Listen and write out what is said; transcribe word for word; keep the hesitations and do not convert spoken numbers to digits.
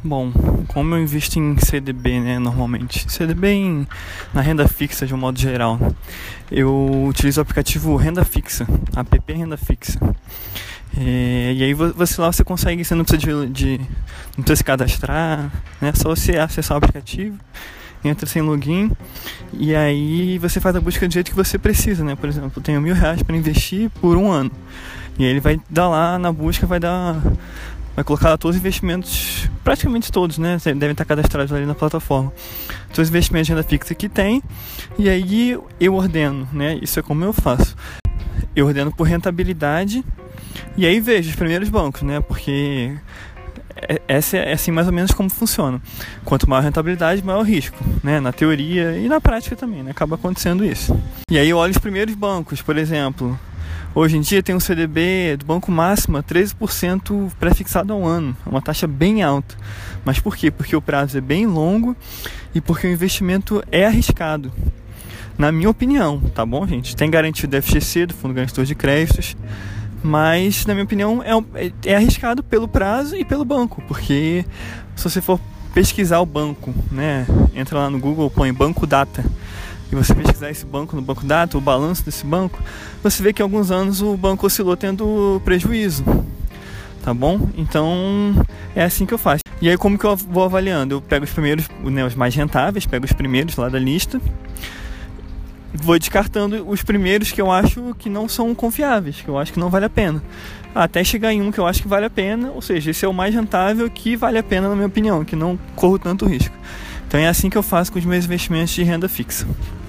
Bom, como eu invisto em C D B, né, normalmente, C D B em, na renda fixa de um modo geral, eu utilizo o aplicativo Renda Fixa, app Renda Fixa. É, e aí você lá você consegue, você não precisa de, de não precisa se cadastrar, né, só você acessar o aplicativo, entra sem login e aí você faz a busca do jeito que você precisa, né? Por exemplo, eu tenho mil reais para investir por um ano e aí ele vai dar lá na busca, vai dar vai colocar lá todos os investimentos, praticamente todos, né? Devem estar cadastrados ali na plataforma. Todos os investimentos de renda fixa que tem. E aí eu ordeno, né? Isso é como eu faço. Eu ordeno por rentabilidade. E aí vejo os primeiros bancos, né? Porque essa é assim mais ou menos como funciona. Quanto maior a rentabilidade, maior o risco, né? Na teoria e na prática também, né? Acaba acontecendo isso. E aí eu olho os primeiros bancos, por exemplo. Hoje em dia tem um C D B do Banco Máxima treze por cento pré-fixado ao ano. É uma taxa bem alta. Mas por quê? Porque o prazo é bem longo e porque o investimento é arriscado. Na minha opinião, tá bom, gente? Tem garantia do F G C, do Fundo Garantidor de Créditos, mas, na minha opinião, é, é arriscado pelo prazo e pelo banco. Porque se você for pesquisar o banco, né? Entra lá no Google, põe Banco Data, e você pesquisar esse banco no Banco Data, o balanço desse banco, você vê que há alguns anos o banco oscilou tendo prejuízo, tá bom? Então, é assim que eu faço. E aí, como que eu vou avaliando? Eu pego os primeiros, né, os mais rentáveis, pego os primeiros lá da lista, vou descartando os primeiros que eu acho que não são confiáveis, que eu acho que não vale a pena, até chegar em um que eu acho que vale a pena, ou seja, esse é o mais rentável que vale a pena na minha opinião, que não corro tanto risco. Então é assim que eu faço com os meus investimentos de renda fixa.